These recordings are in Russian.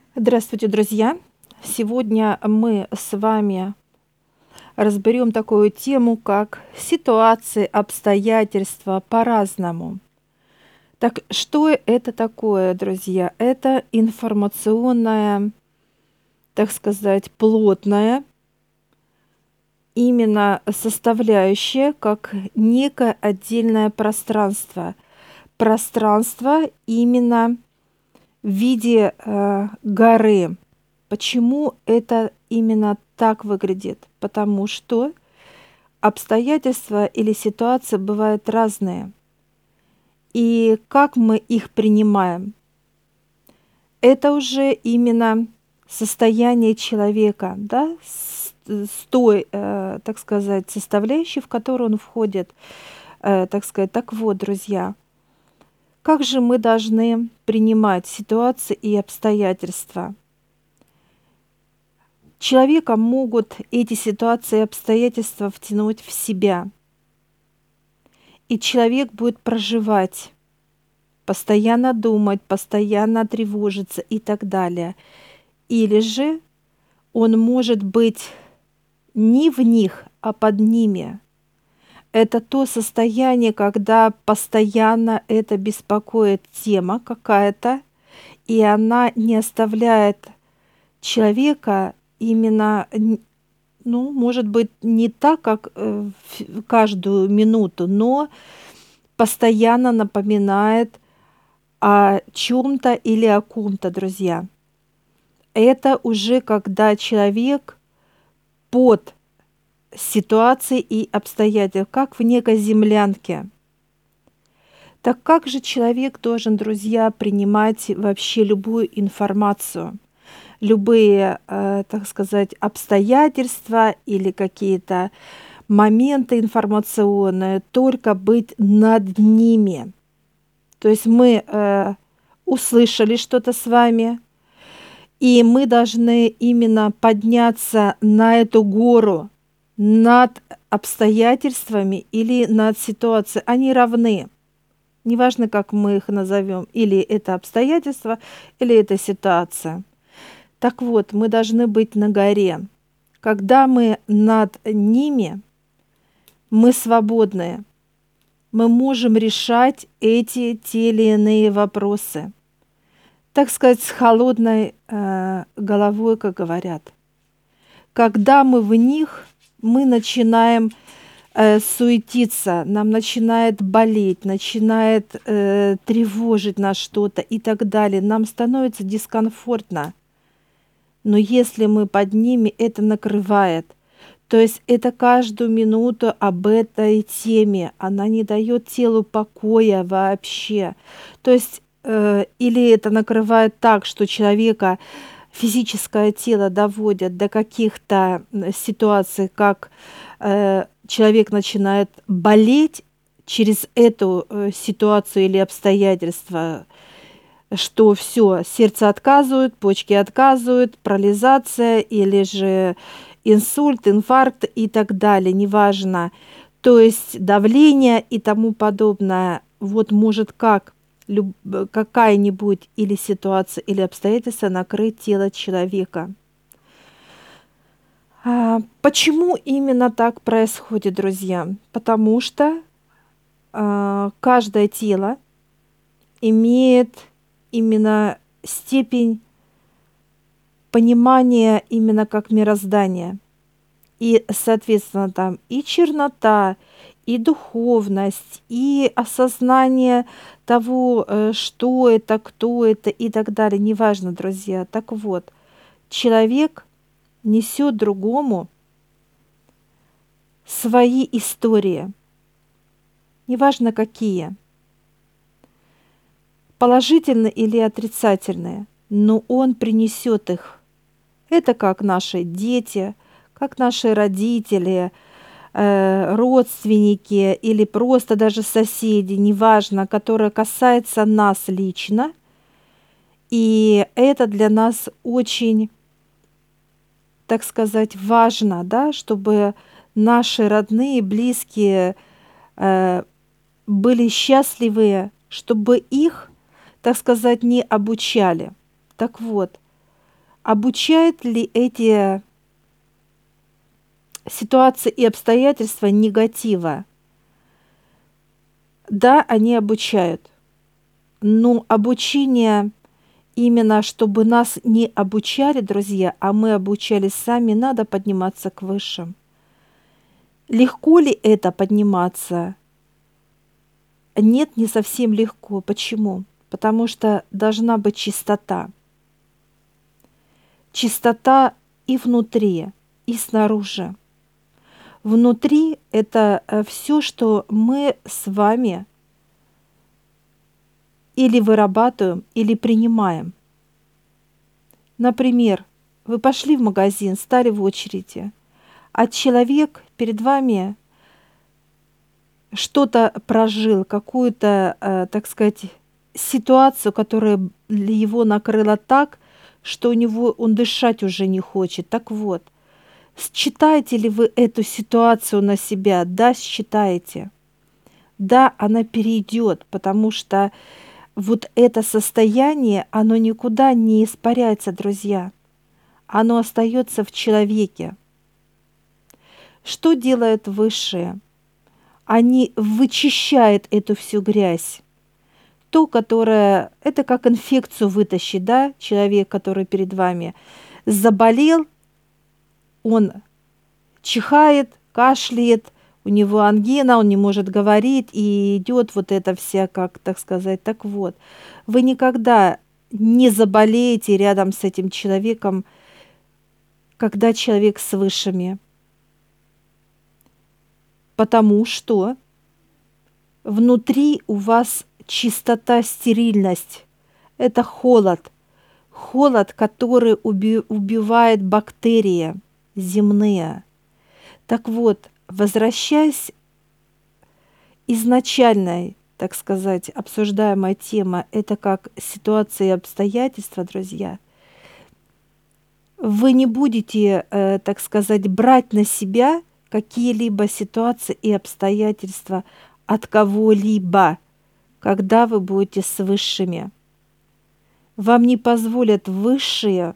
Здравствуйте, друзья! Сегодня мы с вами разберем такую тему, как ситуации, обстоятельства по-разному. Так что это такое, друзья? Это информационная, так сказать, плотная именно составляющая, как некое отдельное пространство. Пространство именно в виде горы. Почему это именно так выглядит? Потому что обстоятельства или ситуации бывают разные. И как мы их принимаем, это уже именно состояние человека, да, с той, так сказать, составляющей, в которую он входит, так сказать. Так вот, друзья, как же мы должны принимать ситуации и обстоятельства? Человека могут эти ситуации и обстоятельства втянуть в себя, и человек будет проживать, постоянно думать, постоянно тревожиться и так далее. Или же он может быть не в них, а под ними. Это то состояние, когда постоянно это беспокоит тема какая-то, и она не оставляет человека именно, ну, может быть, не так, как каждую минуту, но постоянно напоминает о чем-то или о ком-то, друзья. Это уже когда человек под ситуацией и обстоятельствами, как в некой землянке. Так как же человек должен, друзья, принимать вообще любую информацию? Любые, так сказать, обстоятельства или какие-то моменты информационные, только быть над ними. То есть мы услышали что-то с вами, и мы должны именно подняться на эту гору над обстоятельствами или над ситуацией. Они равны. Неважно, как мы их назовем, или это обстоятельства, или это ситуация. Так вот, мы должны быть на горе. Когда мы над ними, мы свободны. Мы можем решать эти те или иные вопросы. Так сказать, с холодной головой, как говорят. Когда мы в них, мы начинаем суетиться, нам начинает болеть, начинает тревожить нас что-то и так далее. Нам становится дискомфортно. Но если мы под ними, это накрывает. То есть это каждую минуту об этой теме. Она не дает телу покоя вообще. То есть или это накрывает так, что человека физическое тело доводят до каких-то ситуаций, как человек начинает болеть через эту ситуацию или обстоятельства, что все, сердце отказывает, почки отказывают, парализация или же инсульт, инфаркт и так далее, неважно. То есть давление и тому подобное. Вот может как какая-нибудь или ситуация, или обстоятельства накрыть тело человека. Почему именно так происходит, друзья? Потому что каждое тело имеет именно степень понимания именно как мироздания. И, соответственно, там и чернота, и духовность, и осознание того, что это, кто это и так далее. Неважно, друзья. Так вот, человек несет другому свои истории, неважно какие, положительные или отрицательные, но он принесет их. Это как наши дети, как наши родители, родственники или просто даже соседи, неважно, которое касается нас лично. И это для нас очень, так сказать, важно, да, чтобы наши родные, близкие были счастливы, чтобы их, так сказать, не обучали. Так вот, Обучают ли эти ситуации и обстоятельства негатива? Да, они обучают. Но обучение именно, чтобы нас не обучали, друзья, а мы обучались сами, надо подниматься к высшим. Легко ли это подниматься? Нет, не совсем легко. Почему? Потому что должна быть чистота. Чистота и внутри, и снаружи. Внутри это все, что мы с вами или вырабатываем, или принимаем. Например, вы пошли в магазин, стали в очереди, а человек перед вами что-то прожил, какую-то, так сказать, ситуацию, которая его накрыла так, что он дышать уже не хочет. Так вот, считаете ли вы эту ситуацию на себя? Да, считаете. Да, она перейдет, потому что вот это состояние, оно никуда не испаряется, друзья. Оно остается в человеке. Что делают высшие? Они вычищают эту всю грязь. То, которое, это как инфекцию вытащить, да, человек, который перед вами заболел, он чихает, кашляет, у него ангина, он не может говорить, и идет вот это вся, как так сказать. Так вот, вы никогда не заболеете рядом с этим человеком, когда человек с высшими. Потому что внутри у вас чистота, стерильность. Это холод. Холод, который убивает бактерии земные. Так вот, возвращаясь изначальной, так сказать, обсуждаемая тема, это как ситуация и обстоятельства, друзья, вы не будете, так сказать, брать на себя какие-либо ситуации и обстоятельства от кого-либо, когда вы будете с высшими. Вам не позволят высшие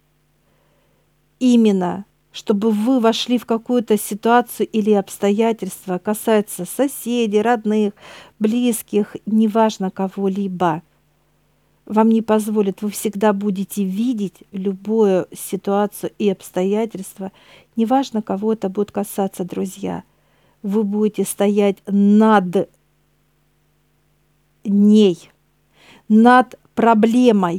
именно, чтобы вы вошли в какую-то ситуацию или обстоятельства, касается соседей, родных, близких, неважно кого-либо. Вам не позволят, вы всегда будете видеть любую ситуацию и обстоятельства, неважно кого это будет касаться, друзья. Вы будете стоять над ней, над проблемой,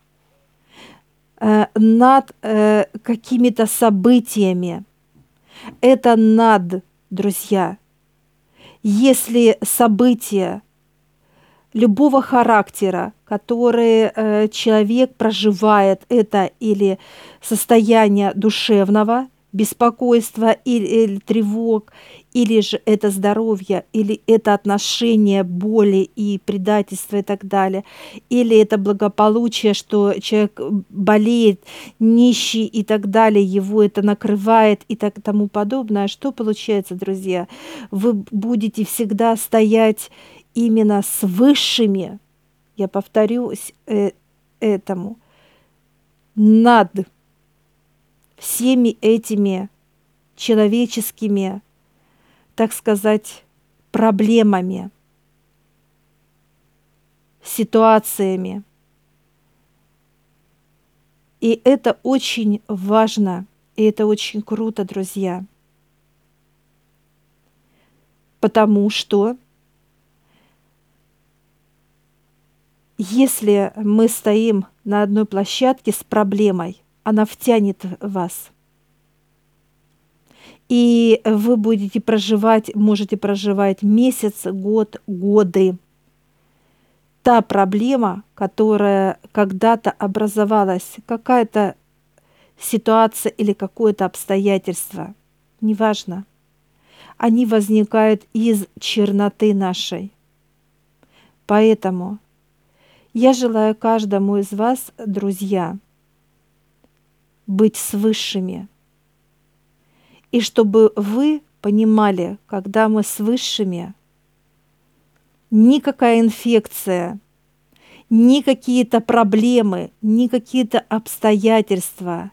над какими-то событиями. Это над, друзья. Если события любого характера, которые человек проживает, это или состояние душевного беспокойства или тревог, или же это здоровье, или это отношения, боли и предательства и так далее, или это благополучие, что человек болеет, нищий и так далее, его это накрывает и так тому подобное. Что получается, друзья? Вы будете всегда стоять именно с высшими, я повторюсь этому, над всеми этими человеческими, так сказать, проблемами, ситуациями. И это очень важно, и это очень круто, друзья. Потому что если мы стоим на одной площадке с проблемой, она втянет вас. И вы будете проживать, можете проживать месяц, год, годы. Та проблема, которая когда-то образовалась, какая-то ситуация или какое-то обстоятельство, неважно, они возникают из черноты нашей. Поэтому я желаю каждому из вас, друзья, быть с высшими. И чтобы вы понимали, когда мы с высшими, никакая инфекция, ни какие-то проблемы, ни какие-то обстоятельства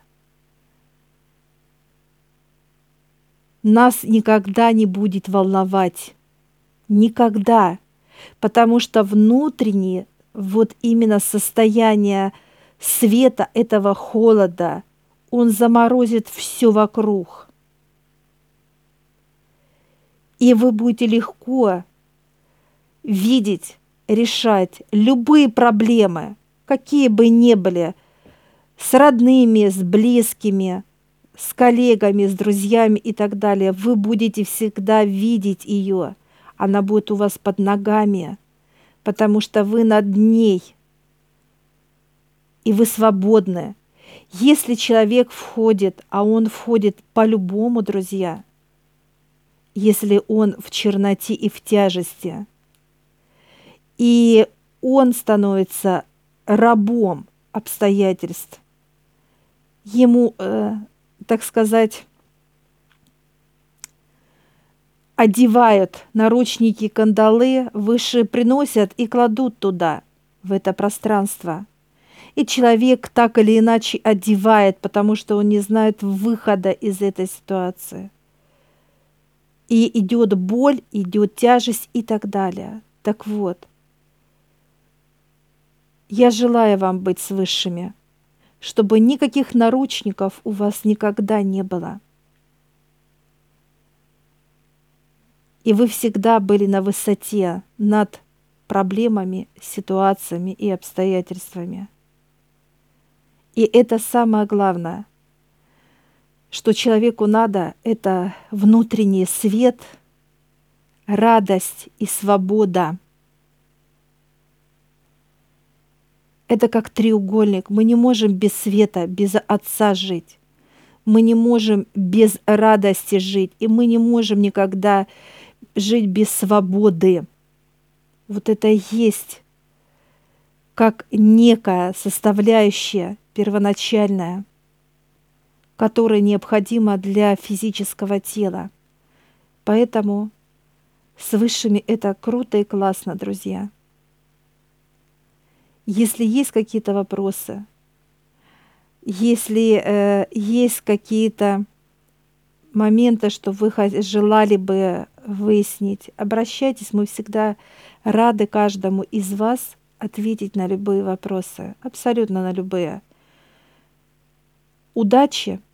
нас никогда не будет волновать. Никогда. Потому что внутреннее вот именно состояние света этого холода, он заморозит все вокруг. И вы будете легко видеть, решать любые проблемы, какие бы ни были, с родными, с близкими, с коллегами, с друзьями и так далее. Вы будете всегда видеть ее. Она будет у вас под ногами, потому что вы над ней, и вы свободны. Если человек входит, а он входит по-любому, друзья, если он в черноте и в тяжести, и он становится рабом обстоятельств, ему, так сказать, одевают наручники, кандалы, выше приносят и кладут туда, в это пространство. И человек так или иначе одевает, потому что он не знает выхода из этой ситуации. И идет боль, идет тяжесть и так далее. Так вот, я желаю вам быть с высшими, чтобы никаких наручников у вас никогда не было. И вы всегда были на высоте над проблемами, ситуациями и обстоятельствами. И это самое главное, что человеку надо, это внутренний свет, радость и свобода. Это как треугольник. Мы не можем без света, без Отца жить. Мы не можем без радости жить. И мы не можем никогда жить без свободы. Вот это и есть как некая составляющая первоначальная, которая необходима для физического тела. Поэтому с высшими это круто и классно, друзья. Если есть какие-то вопросы, если есть какие-то моменты, что вы желали бы выяснить, обращайтесь, мы всегда рады каждому из вас ответить на любые вопросы, абсолютно на любые. Удачи!